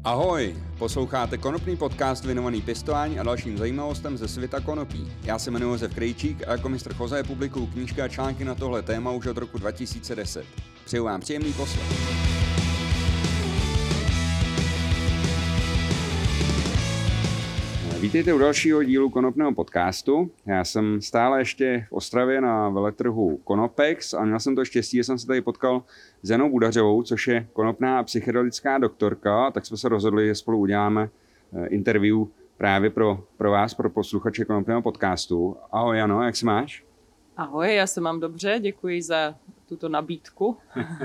Ahoj, posloucháte konopný podcast věnovaný pěstování a dalším zajímavostem ze světa konopí. Já se jmenuji Josef Krejčík a jako mistr Choze publikuju knížky a články na tohle téma už od roku 2010. Přeju vám příjemný poslech. Vítejte u dalšího dílu konopného podcastu. Já jsem stále ještě v Ostravě na veletrhu Konopex a měl jsem to štěstí, že jsem se tady potkal s Janou Budařovou, což je konopná psychedelická doktorka, tak jsme se rozhodli, že spolu uděláme interview právě pro vás, pro posluchače konopného podcastu. Ahoj Jano, jak se máš? Ahoj, já se mám dobře, děkuji za tuto nabídku.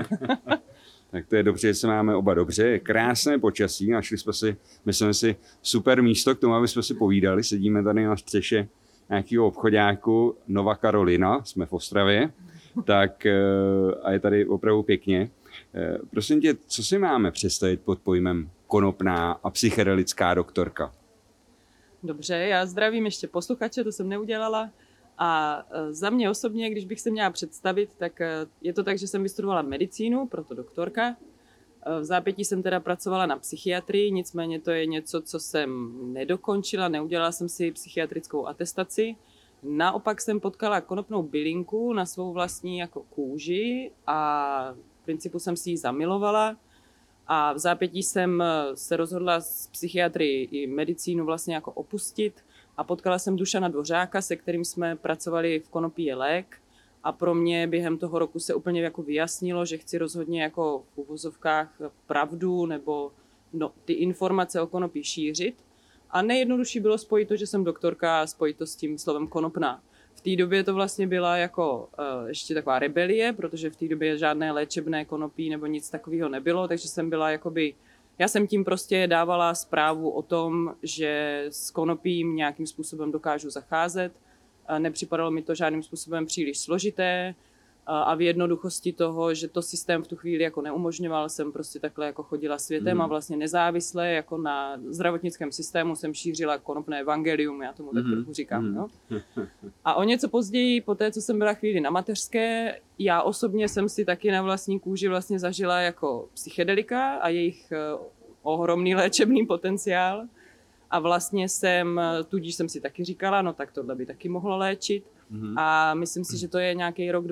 Tak to je dobře, že se máme oba dobře. Je krásné počasí, našli jsme si, myslím si, super místo k tomu, aby jsme si povídali. Sedíme tady na střeše nějakého obchodáku Nova Karolina, jsme v Ostravě, tak a je tady opravdu pěkně. Prosím tě, co si máme představit pod pojmem konopná a psychedelická doktorka? Dobře, já zdravím ještě posluchače, to jsem neudělala. A za mě osobně, když bych se měla představit, tak je to tak, že jsem vystudovala medicínu, proto doktorka. V zápětí jsem teda pracovala na psychiatrii, nicméně to je něco, co jsem nedokončila, neudělala jsem si psychiatrickou atestaci. Naopak jsem potkala konopnou bylinku na svou vlastní jako kůži a v principu jsem si ji zamilovala. A v zápětí jsem se rozhodla z psychiatrii i medicínu vlastně jako opustit. A potkala jsem Dušana Dvořáka, se kterým jsme pracovali v Konopí je lék. A pro mě během toho roku se úplně jako vyjasnilo, že chci rozhodně jako v uvozovkách pravdu nebo ty informace o konopí šířit. A nejjednodušší bylo spojit to, že jsem doktorka a spojit to s tím slovem konopná. V té době to vlastně byla jako ještě taková rebelie, protože v té době žádné léčebné konopí nebo nic takového nebylo, takže jsem byla jakoby... Já jsem tím prostě dávala zprávu o tom, že s konopím nějakým způsobem dokážu zacházet. Nepřipadalo mi to žádným způsobem příliš složité a v jednoduchosti toho, že to systém v tu chvíli jako neumožňoval, jsem prostě takhle jako chodila světem a vlastně nezávisle jako na zdravotnickém systému jsem šířila konopné evangelium, já tomu tak trochu říkám. No? A o něco později, po té, co jsem byla chvíli na mateřské, já osobně jsem si taky na vlastní kůži vlastně zažila jako psychedelika a jejich ohromný léčebný potenciál. A vlastně tudíž jsem si taky říkala, no tak tohle by taky mohlo léčit. A myslím si, že to je nějaký rok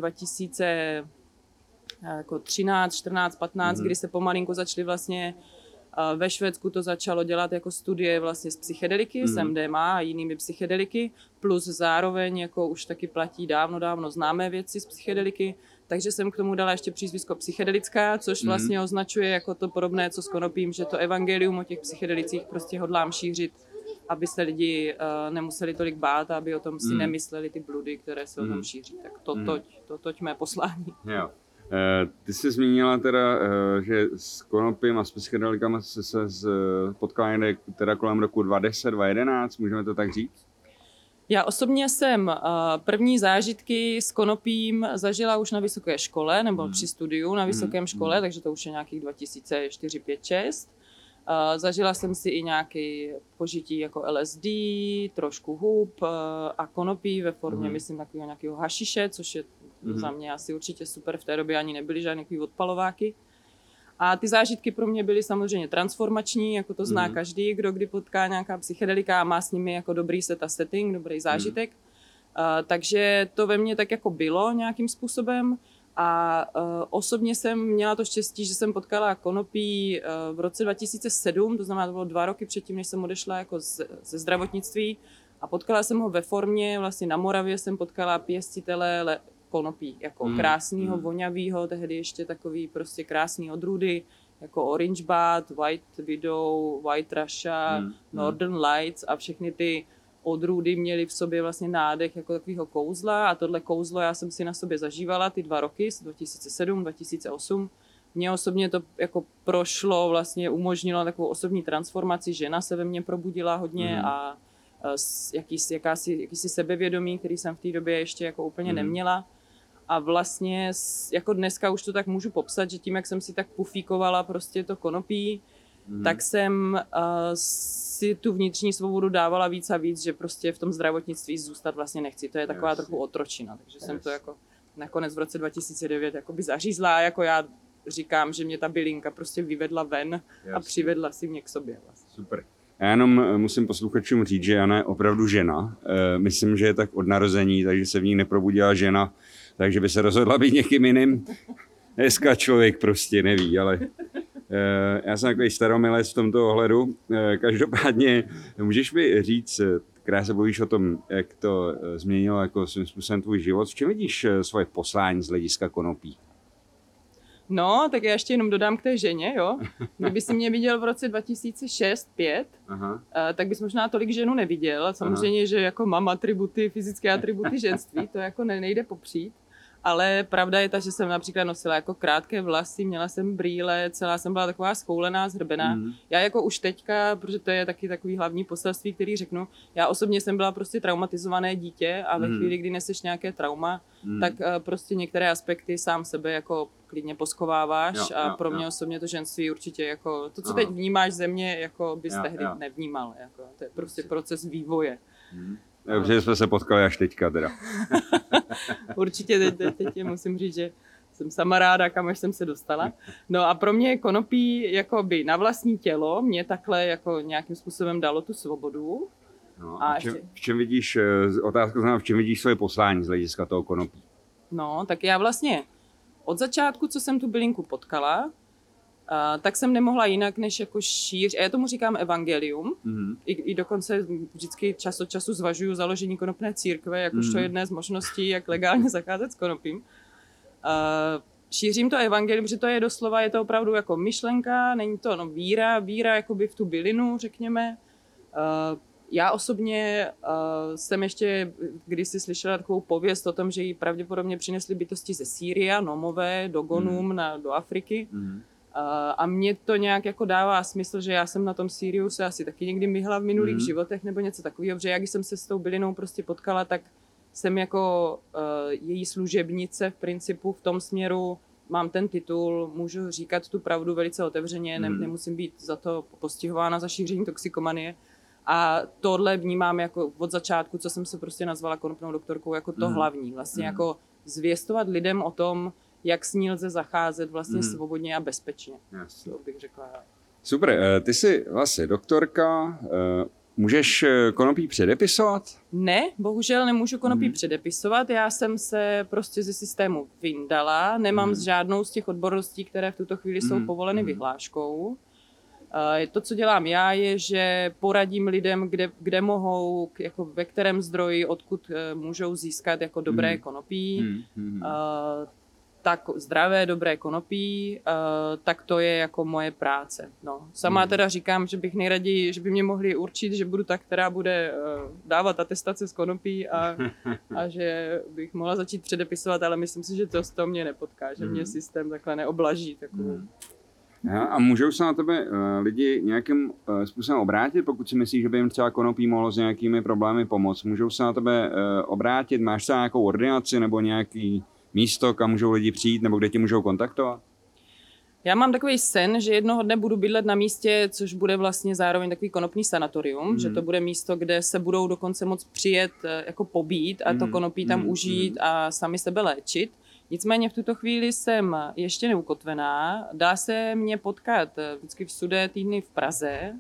2013, 14, 15, kdy se pomalinku začaly vlastně ve Švédsku to začalo dělat jako studie vlastně z psychedeliky, s MDMA a jinými psychedeliky, plus zároveň jako už taky platí dávno známé věci z psychedeliky, takže jsem k tomu dala ještě přízvisko psychedelická, což vlastně označuje jako to podobné, co s konopím, že to evangelium o těch psychedelicích prostě hodlám šířit, aby se lidi nemuseli tolik bát a aby o tom si nemysleli ty bludy, které se o tom šíří. Tak toť mé poslání. Jo. Ty jsi zmínila teda, že s konopím a s psychedelikama se potkala někde teda kolem roku 2010, 2011, můžeme to tak říct? Já osobně jsem první zážitky s konopím zažila už na vysoké škole, nebo při studiu na vysokém škole, takže to už je nějakých 2004, 5, 6. Zažila jsem si i nějaké požití jako LSD, trošku hub a konopí ve formě, myslím, takového nějakého hašiše, což je za mě asi určitě super. V té době ani nebyly žádné odpalováky. A ty zážitky pro mě byly samozřejmě transformační, jako to zná každý, kdo kdy potká nějaká psychedelika a má s nimi jako dobrý set a setting, dobrý zážitek. Takže to ve mně tak jako bylo nějakým způsobem. A osobně jsem měla to štěstí, že jsem potkala konopí v roce 2007, to znamená, to bylo 2 roky předtím, než jsem odešla jako ze zdravotnictví. A potkala jsem ho ve formě, vlastně na Moravě jsem potkala pěstitele konopí, jako krásného, vonavého, tehdy ještě takový prostě krásný odrůdy, jako Orange Bud, White Widow, White Russia, Northern Lights a všechny ty odrůdy měly v sobě vlastně nádech jako takového kouzla a tohle kouzlo já jsem si na sobě zažívala ty 2 roky, 2007, 2008. Mně osobně to jako prošlo, vlastně umožnilo takovou osobní transformaci, žena se ve mně probudila hodně a jakýsi sebevědomí, který jsem v té době ještě jako úplně neměla. A vlastně jako dneska už to tak můžu popsat, že tím, jak jsem si tak pufíkovala prostě to konopí, tak jsem si tu vnitřní svobodu dávala víc a víc, že prostě v tom zdravotnictví zůstat vlastně nechci. To je taková trochu otročina, takže jsem to jako nakonec v roce 2009 jakoby zařízla, jako já říkám, že mě ta bylinka prostě vyvedla ven a přivedla si mě k sobě. Vlastně. Super. Já jenom musím posluchačům říct, že Jana je opravdu žena. Myslím, že je tak od narození, takže se v ní neprobudila žena, takže by se rozhodla být někým jiným. Dneska člověk prostě neví, ale já jsem takový staromilec v tomto ohledu. Každopádně můžeš mi říct, krásně se povíš o tom, jak to změnilo jako svým způsobem tvůj život. V čem vidíš svoje poslání z hlediska konopí? No, tak já ještě jenom dodám k té ženě, jo. Kdyby si mě viděl v roce 2006-2005, tak bys možná tolik ženu neviděl. Samozřejmě, že jako mám atributy, fyzické atributy ženství, to jako nejde popřít. Ale pravda je ta, že jsem například nosila jako krátké vlasy, měla jsem brýle, celá jsem byla taková schoulená, zhrbená. Já jako už teďka, protože to je taky takový hlavní poselství, který řeknu, já osobně jsem byla prostě traumatizované dítě a ve chvíli, kdy neseš nějaké trauma, tak prostě některé aspekty sám sebe jako klidně poskováváš a pro mě osobně to ženství určitě jako, to, co teď vnímáš ze mě, jako bys tehdy nevnímal, jako, to je prostě proces vývoje. Dobře, jsme se potkali až teďka teda. Určitě teď musím říct, že jsem sama ráda, kam až jsem se dostala. No a pro mě konopí jakoby na vlastní tělo mě takhle jako nějakým způsobem dalo tu svobodu. No, a v čem vidíš, otázka znamená, v čem vidíš svoje poslání z hlediska toho konopí? No, tak já vlastně od začátku, co jsem tu bylinku potkala, tak jsem nemohla jinak, než jako šířit. A já tomu říkám evangelium. I dokonce vždycky čas od času zvažuju založení konopné církve, jakožto jedné z možností, jak legálně zacházet s konopím. Šířím to evangelium, protože to je doslova, je to opravdu jako myšlenka, není to víra jakoby v tu bylinu, řekněme. Já osobně jsem ještě kdysi slyšela takovou pověst o tom, že ji pravděpodobně přinesly bytosti ze Sýrie, nomové, Dogonum do Afriky. A mně to nějak jako dává smysl, že já jsem na tom Siriu se asi taky někdy myhla v minulých životech nebo něco takového, protože jak jsem se s tou bylinou prostě potkala, tak jsem jako její služebnice v principu v tom směru, mám ten titul, můžu říkat tu pravdu velice otevřeně, nemusím být za to postihována za šíření toxikomanie. A tohle vnímám jako od začátku, co jsem se prostě nazvala konopnou doktorkou, jako to hlavní. Vlastně jako zvěstovat lidem o tom, jak s ní lze zacházet vlastně svobodně a bezpečně. To bych řekla. Super, ty jsi vlastně doktorka, můžeš konopí předepisovat? Ne, bohužel nemůžu konopí předepisovat, já jsem se prostě ze systému vyndala, nemám žádnou z těch odborností, které v tuto chvíli jsou povoleny vyhláškou. To, co dělám já, je, že poradím lidem, kde mohou, jako ve kterém zdroji, odkud můžou získat jako dobré konopí, tak zdravé, dobré konopí, tak to je jako moje práce. No. Sama teda říkám, že bych nejraději, že by mě mohli určit, že budu ta, která bude dávat atestace z konopí a že bych mohla začít předepisovat, ale myslím si, že to mě nepotká, že mě systém takhle neoblaží. A můžou se na tebe lidi nějakým způsobem obrátit, pokud si myslíš, že by jim třeba konopí mohlo s nějakými problémy pomoct? Můžou se na tebe obrátit? Máš třeba nějakou ordinaci nebo nějaký místo, kam můžou lidi přijít nebo kde tě můžou kontaktovat? Já mám takový sen, že jednoho dne budu bydlet na místě, což bude vlastně zároveň takový konopný sanatorium, že to bude místo, kde se budou dokonce moc přijet jako pobít a to konopí tam užít a sami sebe léčit. Nicméně v tuto chvíli jsem ještě neukotvená. Dá se mě potkat vždycky v sudé týdny v Praze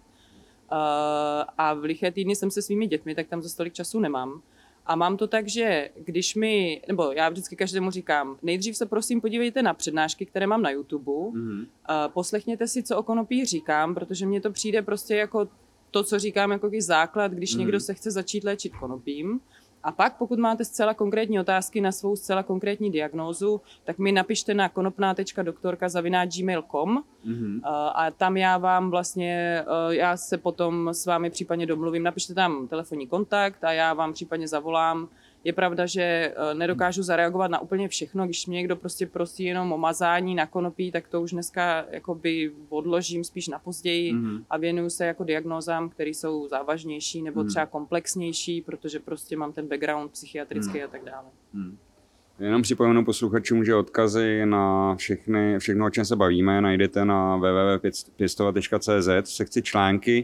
a v liché týdny jsem se svými dětmi, tak tam za tolik času nemám. A mám to tak, že nebo já vždycky každému říkám, nejdřív se prosím podívejte na přednášky, které mám na YouTube, poslechněte si, co o konopí říkám, protože mně to přijde prostě jako to, co říkám, jako základ, když někdo se chce začít léčit konopím. A pak, pokud máte zcela konkrétní otázky na svou zcela konkrétní diagnózu, tak mi napište na konopná.doktorka@gmail.com a tam já vám vlastně, já se potom s vámi případně domluvím, napište tam telefonní kontakt a já vám případně zavolám. Je pravda, že nedokážu zareagovat na úplně všechno, když mě někdo prostě prosí jenom o mazání na konopí, tak to už dneska jakoby odložím spíš na později a věnuju se jako diagnózám, které jsou závažnější nebo třeba komplexnější, protože prostě mám ten background psychiatrický a tak dále. Jenom připomenu posluchačům, že odkazy na všechno, o čem se bavíme, najdete na www.pěstovat.cz v sekci články.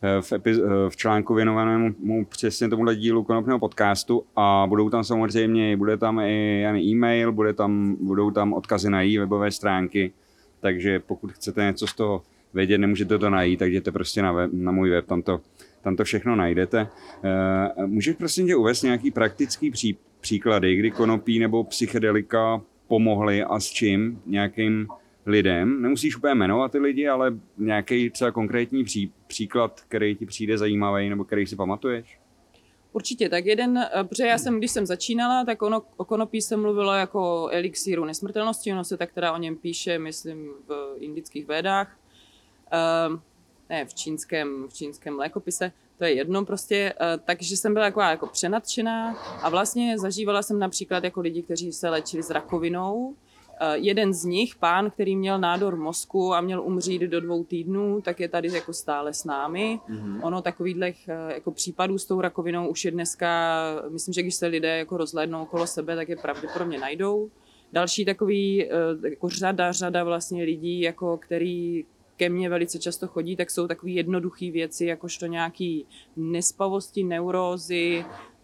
V článku věnovanému přesně tomuhle dílu konopného podcastu a budou tam samozřejmě, bude tam i e-mail, budou tam odkazy na její webové stránky takže pokud chcete něco z toho vědět, nemůžete to najít, tak jděte prostě na můj web, tam to všechno najdete. Můžeš prosím tě uvést nějaký praktický příklady, kdy konopí nebo psychedelika pomohly a s čím nějakým lidem? Nemusíš úplně jmenovat ty lidi, ale nějaký třeba konkrétní příklad, který ti přijde zajímavý nebo který si pamatuješ? Určitě, tak protože když jsem začínala, tak o konopí se mluvilo jako o elixíru nesmrtelnosti, ono se tak teda o něm píše, myslím, v indických védách, ne, v čínském lékopise, to je jedno prostě, takže jsem byla jako přenadšená a vlastně zažívala jsem například jako lidi, kteří se léčili s rakovinou. Jeden z nich, pán, který měl nádor mozku a měl umřít do 2 týdnů, tak je tady jako stále s námi. Mm-hmm. Ono takových jako případů s tou rakovinou už je dneska, myslím, že když se lidé jako rozhlédnou okolo sebe, tak je pravděpodobně najdou. Další takový jako řada vlastně lidí, jako který ke mně velice často chodí, tak jsou takové jednoduché věci, jakožto nějaký nespavosti, neurózy,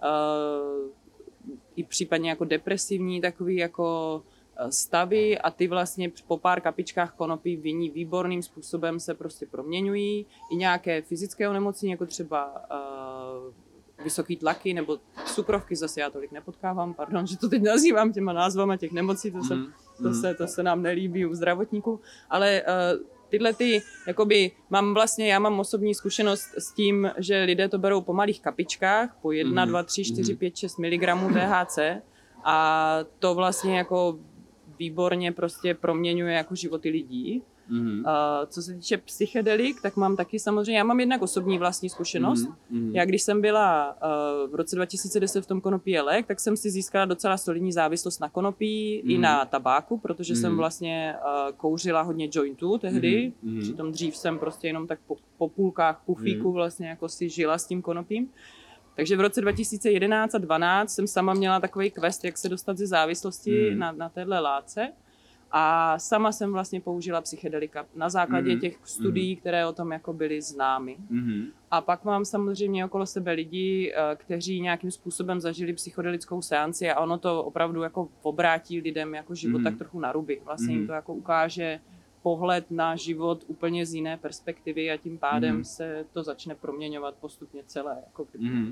i případně jako depresivní takový jako stavy a ty vlastně po pár kapičkách konopí viní výborným způsobem se prostě proměňují. I nějaké fyzické onemocnění, jako třeba vysoký tlaky nebo cukrovky, zase já tolik nepotkávám, pardon, že to teď nazývám těma názvama těch nemocí, to se nám nelíbí u zdravotníků, ale tyhle jakoby, já mám osobní zkušenost s tím, že lidé to berou po malých kapičkách, po 1, 2, 3, 4, 5, 6 mg THC a to vlastně jako výborně prostě proměňuje jako životy lidí. Mm-hmm. Co se týče psychedelik, tak mám taky samozřejmě, já mám jednak osobní vlastní zkušenost. Mm-hmm. Já když jsem byla v roce 2010 v tom konopí elek, tak jsem si získala docela solidní závislost na konopí i na tabáku, protože jsem vlastně kouřila hodně jointů tehdy. Mm-hmm. Přitom dřív jsem prostě jenom tak po půlkách pufíku vlastně jako si žila s tím konopím. Takže v roce 2011 a 2012 jsem sama měla takový quest, jak se dostat ze závislosti na téhle látce. A sama jsem vlastně použila psychedelika na základě těch studií, které o tom jako byly známy. A pak mám samozřejmě okolo sebe lidi, kteří nějakým způsobem zažili psychedelickou seanci a ono to opravdu jako obrátí lidem jako život tak trochu na ruby. Vlastně jim to jako ukáže pohled na život úplně z jiné perspektivy a tím pádem se to začne proměňovat postupně celé. Jako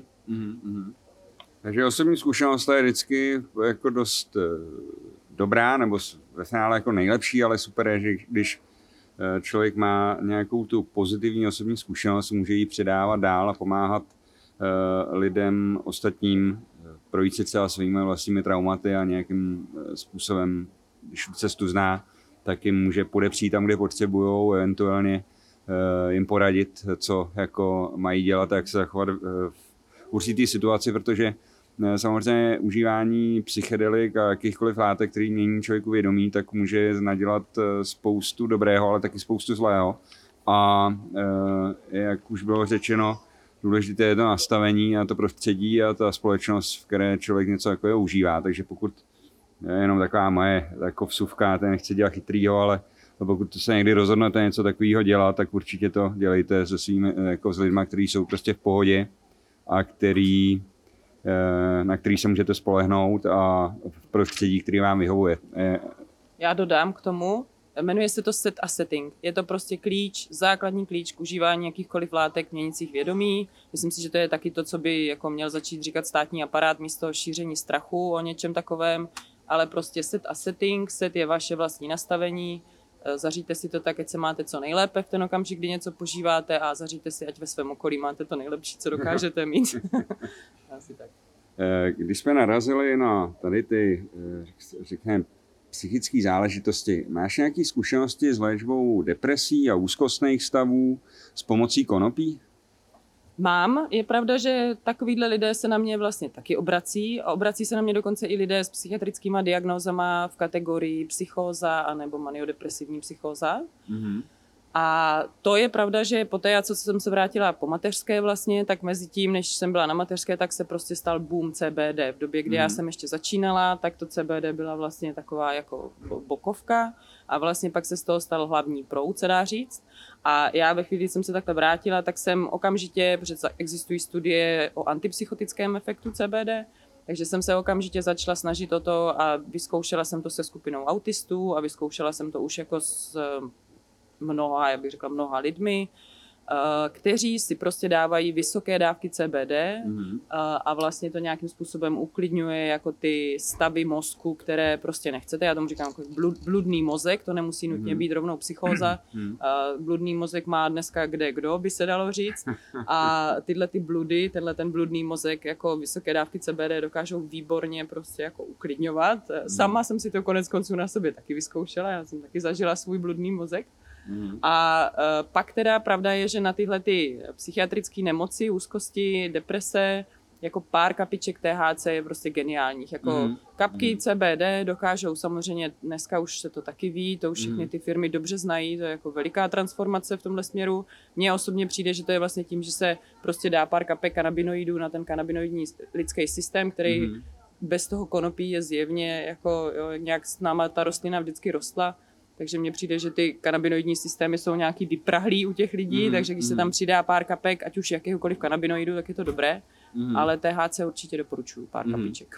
Takže osobní zkušenost je vždycky jako dost dobrá, nebo ve finále jako nejlepší, ale super je, že když člověk má nějakou tu pozitivní osobní zkušenost, může ji předávat dál a pomáhat lidem ostatním projít si třeba svými vlastními traumaty a nějakým způsobem, když cestu zná, tak jim může podepřít tam, kde potřebujou, eventuálně jim poradit, co jako mají dělat a jak se zachovat v určitý situaci, protože samozřejmě užívání psychedelik a jakýchkoliv látek, který mění člověku vědomí, tak může nadělat spoustu dobrého, ale taky spoustu zlého. A jak už bylo řečeno, důležité je to nastavení a to prostředí a ta společnost, v které člověk něco takového užívá. Takže pokud je jenom taková moje jako vsuvka, to nechci dělat chytrýho, ale pokud se někdy rozhodnete něco takového dělat, tak určitě to dělejte se svými, jako s lidma, kteří jsou prostě v pohodě a na který se můžete spolehnout a v prostředí, který vám vyhovuje. Já dodám k tomu, jmenuje se to set a setting. Je to prostě základní klíč k užívání jakýchkoliv látek měnících vědomí. Myslím si, že to je taky to, co by jako měl začít říkat státní aparát místo šíření strachu o něčem takovém, ale prostě set a setting. Set je vaše vlastní nastavení. Zaříte si to tak, ať se máte co nejlépe v ten okamžik, kdy něco požíváte a zaříte si, ať ve svém okolí máte to nejlepší, co dokážete mít. Asi tak. Když jsme narazili na tady ty, řekněme, psychické záležitosti, máš nějaké zkušenosti s léčbou depresí a úzkostných stavů s pomocí konopí? Mám. Je pravda, že takovýhle lidé se na mě vlastně taky obrací a obrací se na mě dokonce i lidé s psychiatrickýma diagnózama v kategorii psychóza anebo maniodepresivní psychóza. Mm-hmm. A to je pravda, že poté, co jsem se vrátila po mateřské vlastně, tak mezi tím, než jsem byla na mateřské, tak se prostě stal boom CBD. V době, kdy já jsem ještě začínala, tak to CBD byla vlastně taková jako bokovka a vlastně pak se z toho stal hlavní proud, se dá říct. A já ve chvíli, kdy jsem se takhle vrátila, tak jsem okamžitě, protože existují studie o antipsychotickém efektu CBD, Takže jsem se okamžitě začala snažit o to a vyzkoušela jsem to se skupinou autistů a vyzkoušela jsem to už jako s mnoha, já bych řekla mnoha lidmi, kteří si prostě dávají vysoké dávky CBD a vlastně to nějakým způsobem uklidňuje jako ty stavy mozku, které prostě nechcete. Já tomu říkám jako bludný mozek, to nemusí nutně být rovnou psychóza. Bludný mozek má dneska kdo, by se dalo říct. A tyhle ty bludy, ten bludný mozek, jako vysoké dávky CBD dokážou výborně prostě jako uklidňovat. Sama jsem si to konec konců na sobě taky vyzkoušela, já jsem taky zažila svůj bludný mozek. A pak teda pravda je, že na tyhle ty psychiatrické nemoci, úzkosti, deprese, jako pár kapiček THC je prostě geniálních. Jako kapky CBD dokážou samozřejmě, dneska už se to taky ví, to už všechny ty firmy dobře znají, to je jako veliká transformace v tomhle směru. Mně osobně přijde, že to je vlastně tím, že se prostě dá pár kapek kanabinoidů na ten kanabinoidní lidský systém, který bez toho konopí je zjevně jako nějak s náma ta rostlina vždycky rostla. Takže mně přijde, že ty kanabinoidní systémy jsou nějaký vyprahlý u těch lidí, takže když se tam přidá pár kapek, ať už jakéhokoliv kanabinoidu, tak je to dobré, ale THC určitě doporučuju, pár kapiček.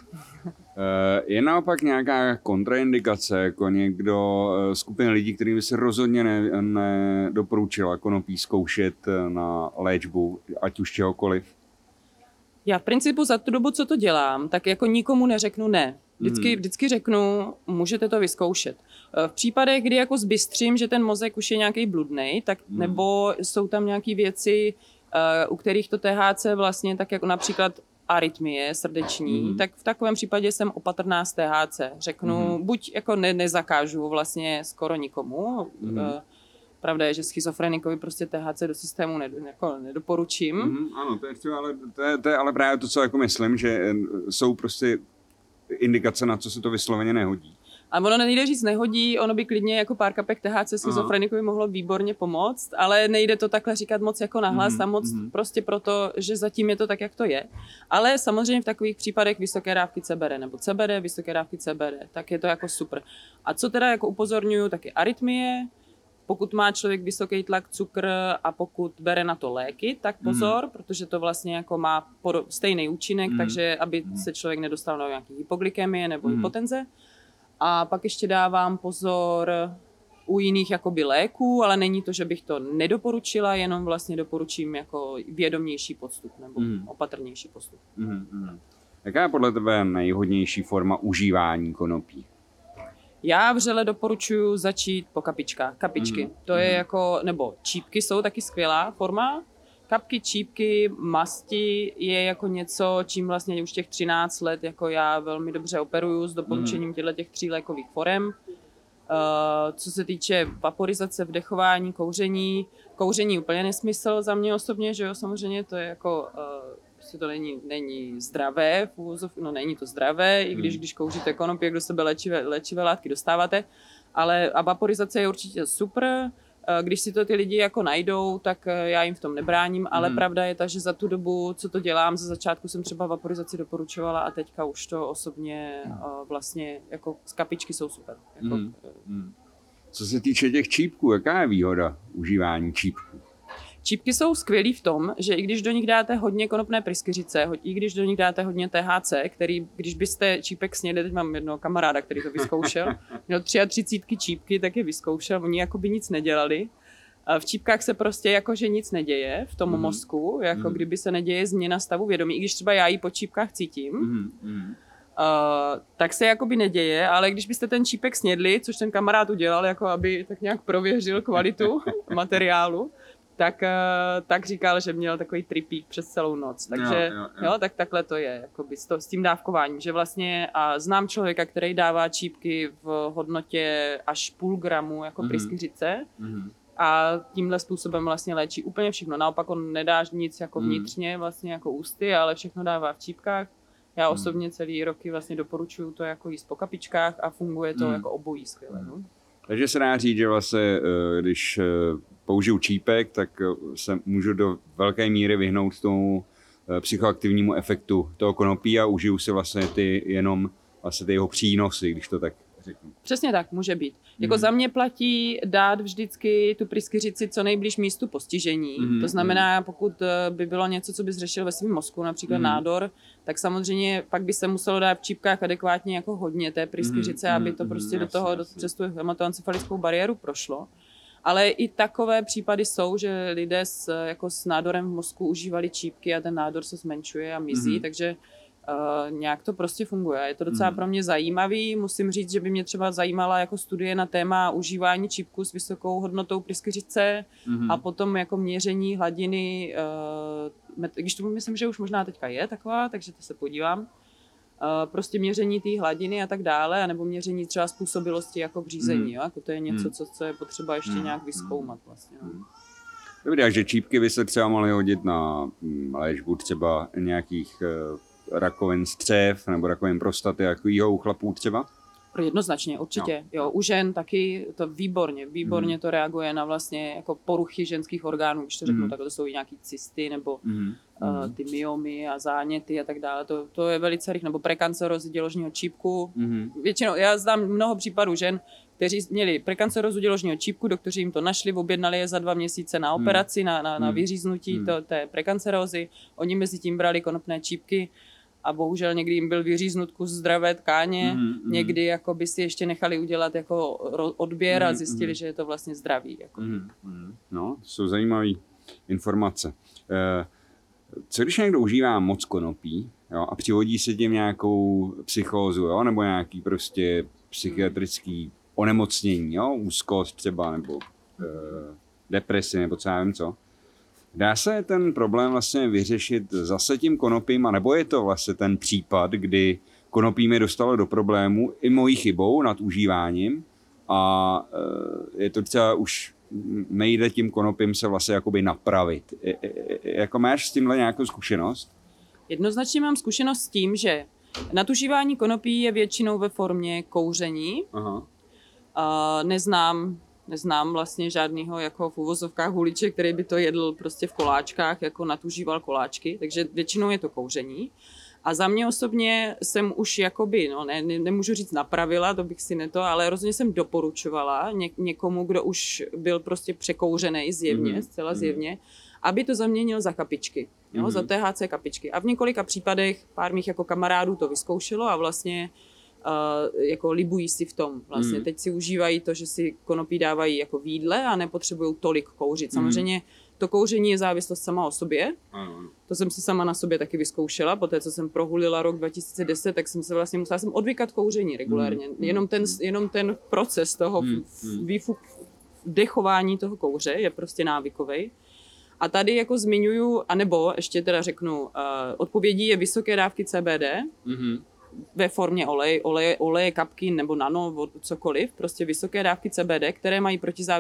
Je naopak nějaká kontraindikace, jako někdo, skupina lidí, kterým by se rozhodně nedoporučila konopí zkoušet na léčbu, ať už čehokoliv? Já v principu za tu dobu, co to dělám, tak jako nikomu neřeknu ne. Vždycky řeknu, můžete to vyzkoušet. V případech, kdy jako zbystřím, že ten mozek už je nějaký bludnej, tak nebo jsou tam nějaké věci, u kterých to THC vlastně, tak jako například arytmie srdeční, tak v takovém případě jsem opatrná s THC. Řeknu, buď jako nezakážu vlastně skoro nikomu, pravda je, že schizofrenikovi prostě THC do systému nedoporučím. Ano, to je třeba, to je ale právě to, co jako myslím, že jsou prostě indikace, na co se to vysloveně nehodí. A ono nejde říct nehodí, ono by klidně jako pár kapek THC schizofrenikovi mohlo výborně pomoct, ale nejde to takhle říkat moc jako nahlas a moc prostě proto, že zatím je to tak, jak to je. Ale samozřejmě v takových případech vysoké dávky CBD nebo CBD, vysoké dávky CBD, tak je to jako super. A co teda jako upozorňuju, tak je arytmie. Pokud má člověk vysoký tlak, cukr a pokud bere na to léky, tak pozor, protože to vlastně jako má stejný účinek, takže aby se člověk nedostal do nějaké hypoglykemie nebo hypotenze. A pak ještě dávám pozor u jiných jakoby léků, ale není to, že bych to nedoporučila, jenom vlastně doporučím jako vědomější postup nebo opatrnější postup. Jaká je podle tebe nejvhodnější forma užívání konopí? Já vřele doporučuji začít po kapičkách. Kapičky. To je jako, nebo čípky jsou taky skvělá forma. Kapky, čípky, masti je jako něco, čím vlastně už těch 13 let jako já velmi dobře operuju s doporučením těch 3 lékových forem. Co se týče vaporizace, vdechování, kouření úplně nesmysl za mě osobně, že jo, samozřejmě to je jako, to není zdravé, no není to zdravé, i když kouříte konopí, jak do sebe léčivé látky dostáváte, ale a vaporizace je určitě super. Když si to ty lidi jako najdou, tak já jim v tom nebráním, ale pravda je ta, že za tu dobu, co to dělám, ze začátku jsem třeba vaporizaci doporučovala a teďka už to osobně vlastně jako z kapičky jsou super. Jako, Co se týče těch čípků, jaká je výhoda užívání čípků? Čípky jsou skvělý v tom, že i když do nich dáte hodně konopné pryskyřice, i když do nich dáte hodně THC, který, když byste čípek snědli, teď mám jednoho kamaráda, který to vyzkoušel, měl 33 čípky, tak je vyzkoušel, oni jako by nic nedělali. V čípkách se prostě jakože nic neděje v tom mozku, jako kdyby se neděje změna stavu vědomí, i když třeba já ji po čípkách cítím, tak se jakoby neděje, ale když byste ten čípek snědli, což ten kamarád udělal, jako aby tak nějak prověřil kvalitu materiálu, tak říkal, že měl takový tripík přes celou noc. Takže jo, tak takhle to je jakoby s tím dávkováním, že vlastně a znám člověka, který dává čípky v hodnotě až půl gramu jako pryskyřice a tímhle způsobem vlastně léčí úplně všechno. Naopak on nedá nic jako vnitřně, vlastně jako ústy, ale všechno dává v čípkách. Já osobně celý roky vlastně doporučuju to jako jíst po kapičkách a funguje to jako obojí skvěle. No? Takže se dá říct, že vlastně, když použiju čípek, tak se můžu do velké míry vyhnout tomu psychoaktivnímu efektu toho konopí a užiju si vlastně jenom ty jeho přínosy, když to tak řeknu. Přesně tak, může být. Jako za mě platí dát vždycky tu pryskyřici co nejblíž místu postižení. To znamená, pokud by bylo něco, co bys řešil ve svém mozku, například nádor, tak samozřejmě pak by se muselo dát v čípkách adekvátně jako hodně té pryskyřice, aby to prostě do toho přes tu hematoencefalickou bariéru prošlo. Ale i takové případy jsou, že lidé s nádorem v mozku užívali čípky a ten nádor se zmenšuje a mizí, takže nějak to prostě funguje. Je to docela pro mě zajímavý. Musím říct, že by mě třeba zajímala jako studie na téma užívání čípku s vysokou hodnotou pryskyřice a potom jako měření hladiny, když to myslím, že už možná teďka je taková, takže to se podívám. Prostě měření té hladiny a tak dále, nebo měření třeba způsobilosti jako k řízení. Jo? Jako to je něco, co je potřeba ještě nějak vyzkoumat. Vlastně, no. Dobrý, takže čípky by se třeba mohly hodit na léčbu třeba nějakých rakovin střev nebo rakovin prostaty, jako u chlapů třeba? Jednoznačně, určitě. No. Jo, u žen taky to výborně to reaguje na vlastně jako poruchy ženských orgánů, když to řeknu, tak to jsou i nějaký cysty nebo ty myomy a záněty a tak dále. To je velice rychle, nebo prekancerozy děložního čípku. Většinou, já znám mnoho případů žen, kteří měli prekancerozu děložního čípku, doktoři jim to našli, objednali je za 2 měsíce na operaci, na vyříznutí té prekancerózy. Oni mezi tím brali konopné čípky a bohužel někdy jim byl vyříznut kus zdravé tkáně, někdy jako by si ještě nechali udělat jako odběr a zjistili, že je to vlastně zdravý. Jako. No, to jsou zajímavé informace. Co když někdo užívá moc konopí, jo, a přivodí se tím nějakou psychózu, jo, nebo nějaký prostě psychiatrický onemocnění, jo, úzkost třeba, nebo depresi, nebo co já vím co. Dá se ten problém vlastně vyřešit zase tím konopím, anebo je to vlastně ten případ, kdy konopí mi dostalo do problému i mojí chybou nad užíváním a je to třeba už nejde tím konopím se vlastně jakoby napravit. Jako máš s tímhle nějakou zkušenost? Jednoznačně mám zkušenost s tím, že nadužívání konopí je většinou ve formě kouření. Neznám vlastně žádného jako v uvozovkách huliče, který by to jedl prostě v koláčkách, jako nadužíval koláčky, takže většinou je to kouření. A za mě osobně jsem už jakoby, nemůžu říct napravila, to bych si ale rozhodně jsem doporučovala někomu, kdo už byl prostě překouřený zjevně, zcela zjevně, aby to zaměnil za kapičky, za THC kapičky. A v několika případech pár mých jako kamarádů to vyzkoušelo a vlastně jako libují si v tom. Vlastně teď si užívají to, že si konopí dávají jako v jídle a nepotřebují tolik kouřit. Samozřejmě to kouření je závislost sama o sobě. To jsem si sama na sobě taky vyzkoušela. Poté, co jsem prohulila rok 2010, tak jsem se vlastně musela odvykat kouření regulárně. Jenom ten proces toho vdechování toho kouře je prostě návykovej. A tady jako zmiňuju, anebo ještě teda řeknu, odpovědí je vysoké dávky CBD, ve formě oleje, kapky nebo nano, cokoliv, prostě vysoké dávky CBD, které mají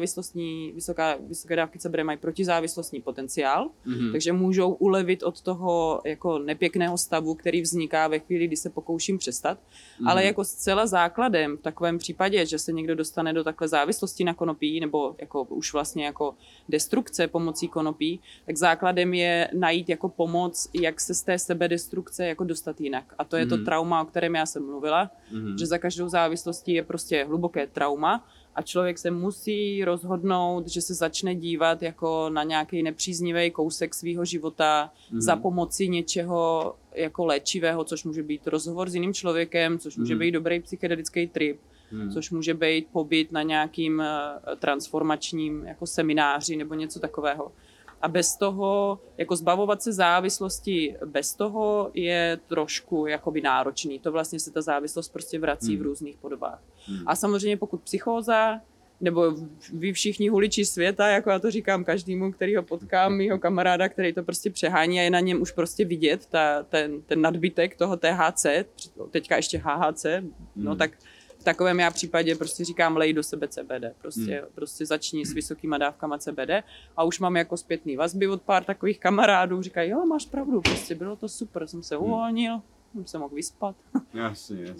vysoké dávky CBD mají protizávislostní potenciál, takže můžou ulevit od toho jako nepěkného stavu, který vzniká ve chvíli, kdy se pokouším přestat. Ale jako zcela základem v takovém případě, že se někdo dostane do takhle závislosti na konopí, nebo jako už vlastně jako destrukce pomocí konopí, tak základem je najít jako pomoc, jak se z té sebedestrukce jako dostat jinak. A to je to trauma, o kterém já jsem mluvila, že za každou závislostí je prostě hluboké trauma a člověk se musí rozhodnout, že se začne dívat jako na nějaký nepříznivý kousek svého života za pomoci něčeho jako léčivého, což může být rozhovor s jiným člověkem, což může být dobrý psychedelický trip, což může být pobyt na nějakým transformačním jako semináři nebo něco takového. A bez toho, jako zbavovat se závislosti, bez toho je trošku jakoby náročný. To vlastně se ta závislost prostě vrací v různých podobách. A samozřejmě pokud psychóza, nebo vy všichni huliči světa, jako já to říkám každému, kterýho potkám, mýho kamaráda, který to prostě přehání a je na něm už prostě vidět ten nadbytek toho THC, teďka ještě HHC, no tak v takovém já případě prostě říkám lej do sebe CBD, prostě začni s vysokýma dávkama CBD a už mám jako zpětný vazby od pár takových kamarádů, říkají, jo, máš pravdu, prostě bylo to super, jsem se uvolnil, jsem se mohl vyspat. Jasně.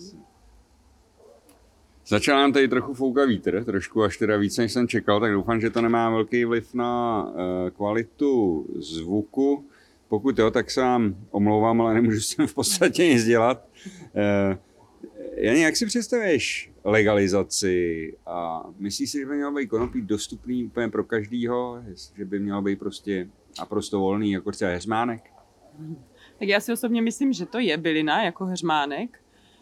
Začal nám tady trochu foukat vítr, trošku až teda víc, než jsem čekal, tak doufám, že to nemá velký vliv na kvalitu zvuku. Pokud jo, tak se vám omlouvám, ale nemůžu s tím v podstatě nic dělat. Jani, jak si představíš legalizaci a myslíš si, že by mělo být konopí dostupný úplně pro každýho, že by mělo být prostě naprosto volný, jako třeba heřmánek? Tak já si osobně myslím, že to je bylina jako heřmánek.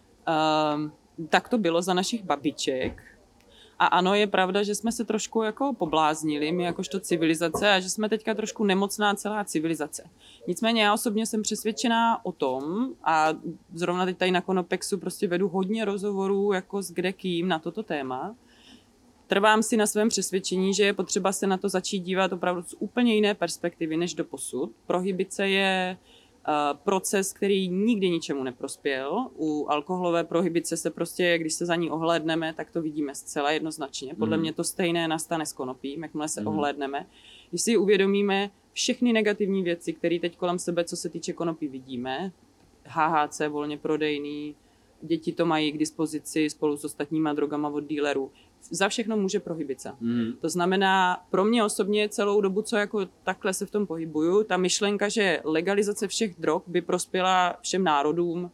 Tak to bylo za našich babiček. A ano, je pravda, že jsme se trošku jako pobláznili, my jakožto civilizace, a že jsme teďka trošku nemocná celá civilizace. Nicméně já osobně jsem přesvědčená o tom, a zrovna teď tady na Konopexu prostě vedu hodně rozhovorů jako s kdekým na toto téma. Trvám si na svém přesvědčení, že je potřeba se na to začít dívat opravdu z úplně jiné perspektivy než doposud. Prohibice je proces, který nikdy ničemu neprospěl. U alkoholové prohibice se prostě, když se za ní ohlédneme, tak to vidíme zcela jednoznačně. Podle mě to stejné nastane s konopím, jakmile se ohlédneme. Když si uvědomíme všechny negativní věci, které teď kolem sebe, co se týče konopí, vidíme, HHC volně prodejný, děti to mají k dispozici spolu s ostatníma drogama od dealerů. Za všechno může prohibice. To znamená, pro mě osobně celou dobu, co jako takhle se v tom pohybuju, ta myšlenka, že legalizace všech drog by prospěla všem národům,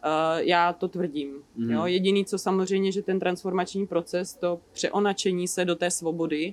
já to tvrdím. Jo? Jediný, co samozřejmě, že ten transformační proces, to přeonačení se do té svobody,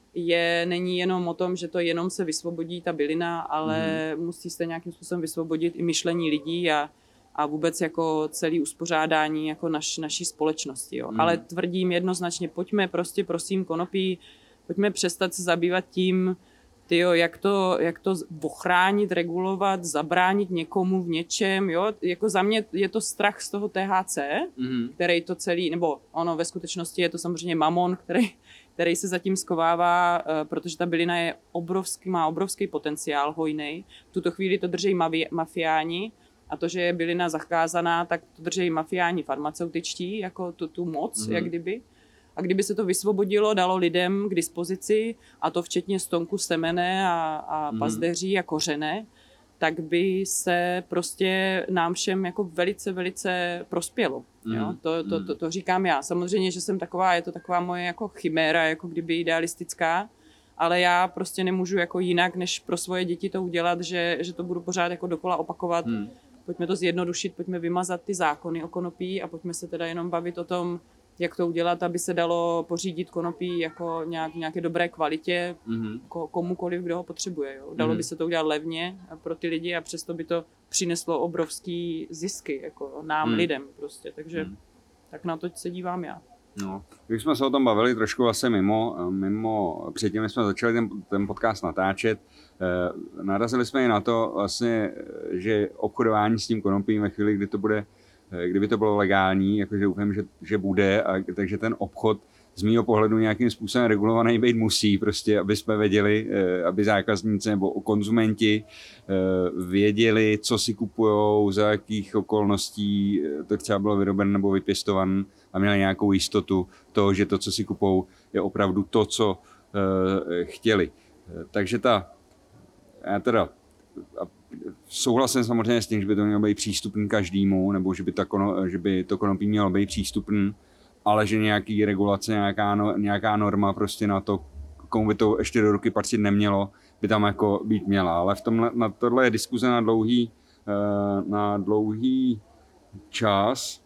není jenom o tom, že to jenom se vysvobodí ta bylina, ale musí se nějakým způsobem vysvobodit i myšlení lidí a vůbec jako celý uspořádání jako naší společnosti. Jo. Ale tvrdím jednoznačně, pojďme prostě prosím konopí, pojďme přestat se zabývat tím, jak to ochránit, regulovat, zabránit někomu v něčem. Jo. Jako za mě je to strach z toho THC, který to celý, nebo ono ve skutečnosti je to samozřejmě mamon, který se zatím skovává, protože ta bylina je má obrovský potenciál hojnej. V tuto chvíli to drží mafiáni, a to, že je bylina zakázaná, tak to drží mafiáni farmaceutičtí, jako tu moc, jak kdyby. A kdyby se to vysvobodilo, dalo lidem k dispozici, a to včetně stonku semene a pazdeří a kořene, tak by se prostě nám všem jako velice, velice prospělo. Jo? To říkám já. Samozřejmě, že jsem je to taková moje jako chiméra, jako kdyby idealistická, ale já prostě nemůžu jako jinak, než pro svoje děti to udělat, že to budu pořád jako dokola opakovat. Pojďme to zjednodušit, pojďme vymazat ty zákony o konopí a pojďme se teda jenom bavit o tom, jak to udělat, aby se dalo pořídit konopí jako nějaké dobré kvalitě komukoliv, kdo ho potřebuje. Jo. Dalo by se to udělat levně pro ty lidi a přesto by to přineslo obrovský zisky jako nám lidem prostě. Takže tak na to se dívám já. No, když jsme se o tom bavili trošku vlastně mimo předtím, jsme začali ten podcast natáčet, narazili jsme i na to vlastně, že obchodování s tím konopím ve chvíli, kdyby to bylo legální, jakože doufám, že bude, takže ten obchod z mýho pohledu nějakým způsobem regulovaný být musí, prostě, aby jsme věděli, aby zákazníci nebo konzumenti věděli, co si kupujou, za jakých okolností to třeba bylo vyroben nebo vypěstovan a měli nějakou jistotu toho, že to, co si kupujou, je opravdu to, co chtěli. Takže já teda souhlasím samozřejmě s tím, že by to mělo být přístupný každému, nebo že by to konopí mělo být přístupný, ale že nějaký regulace, nějaká norma prostě na to, komu by to ještě do ruky patřit nemělo, by tam jako být měla. Ale na tohle je diskuze na dlouhý čas.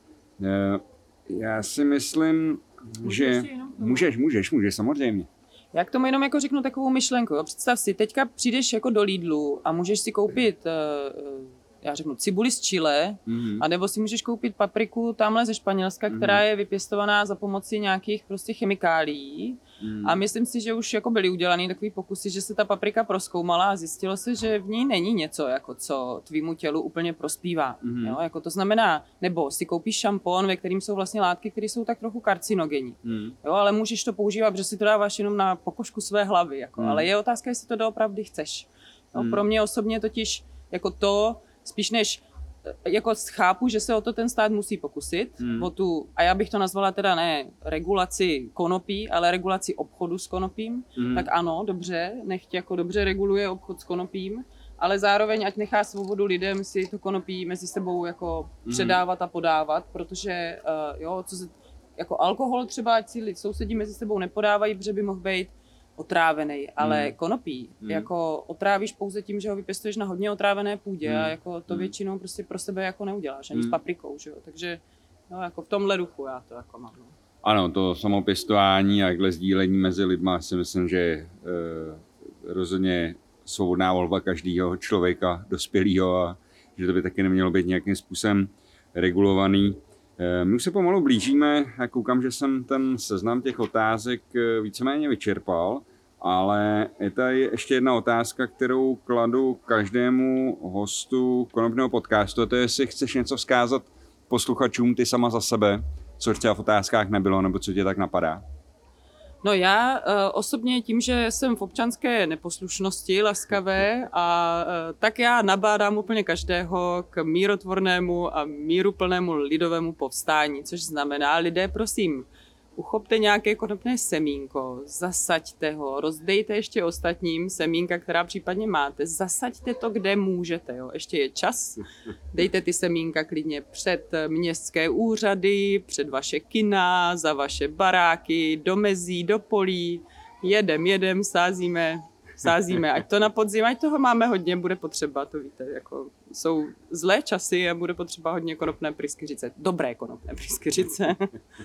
Já si myslím, že můžeš, samozřejmě. Já k tomu jenom jako řeknu takovou myšlenku. Jo. Představ si, teďka přijdeš jako do Lidlu a můžeš si koupit já řeknu cibuli z Chile, anebo si můžeš koupit papriku tamhle ze Španělska, která je vypěstovaná za pomocí nějakých prostě chemikálií. A myslím si, že už jako byly udělaný takový pokusy, že se ta paprika prozkoumala a zjistilo se, že v ní není něco, jako co tvýmu tělu úplně prospívá. Jo? Jako to znamená, nebo si koupíš šampon, ve kterým jsou vlastně látky, které jsou tak trochu karcinogenní. Jo? Ale můžeš to používat, protože si to dáváš jenom na pokožku své hlavy. Jako. Ale je otázka, jestli to doopravdy chceš. Jo? Pro mě osobně totiž jako to, spíš než jako chápu, že se o to ten stát musí pokusit, a já bych to nazvala teda ne regulaci konopí, ale regulaci obchodu s konopím, tak ano, dobře, nechť jako dobře reguluje obchod s konopím, ale zároveň ať nechá svobodu lidem si to konopí mezi sebou jako předávat a podávat, protože jako alkohol třeba, ať si sousedí mezi sebou nepodávají, protože by mohl být otrávený, ale konopí jako otrávíš pouze tím, že ho vypěstuješ na hodně otrávené půdě a jako to většinou prostě pro sebe jako neuděláš, ani s paprikou, že jo, takže no, jako v tomhle duchu já to jako mám. No. Ano, to samopěstování a takhle sdílení mezi lidma si myslím, že je rozhodně svobodná volba každého člověka, dospělého, a že to by taky nemělo být nějakým způsobem regulovaný. My už se pomalu blížíme a koukám, že jsem ten seznam těch otázek víceméně vyčerpal, ale je tady ještě jedna otázka, kterou kladu každému hostu konopného podcastu, a to je, jestli chceš něco vzkázat posluchačům ty sama za sebe, co třeba v otázkách nebylo, nebo co tě tak napadá. No já osobně tím, že jsem v občanské neposlušnosti laskavé, tak já nabádám úplně každého k mírotvornému a míruplnému lidovému povstání, což znamená, lidé, prosím, uchopte nějaké konopné semínko, zasaďte ho, rozdejte ještě ostatním semínka, která případně máte, zasaďte to, kde můžete. Jo. Ještě je čas, dejte ty semínka klidně před městské úřady, před vaše kina, za vaše baráky, do mezí, do polí. Jedem, sázíme, ať to na podzim, ať toho máme hodně, bude potřeba, to víte, jako jsou zlé časy a bude potřeba hodně konopné pryskyřice, dobré konopné pryskyřice.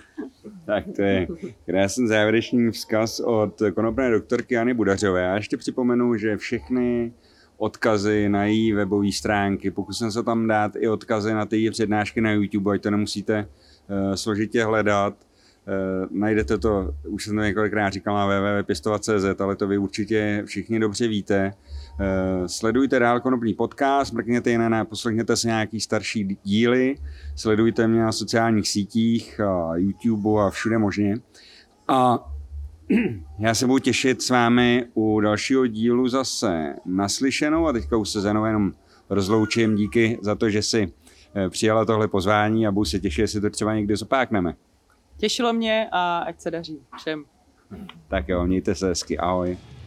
Tak to je krásný závěrečný vzkaz od konopné doktorky Jany Budařové. Já ještě připomenu, že všechny odkazy na její webové stránky, pokusím se tam dát i odkazy na ty přednášky na YouTube, ať to nemusíte složitě hledat. Najdete to, už jsem to několikrát říkal, na www.pěstovat.cz, ale to vy určitě všichni dobře víte. Sledujte dál konopný podcast, mrkněte jiné, poslechněte si nějaký starší díly, sledujte mě na sociálních sítích, a YouTube a všude možně. A já se budu těšit s vámi u dalšího dílu zase naslyšenou, a teďka už se Zenou jenom rozloučím. Díky za to, že si přijala tohle pozvání, a budu se těšit, jestli to třeba někdy zopákneme. Těšilo mě a ať se daří všem. Tak jo, mějte se hezky, ahoj.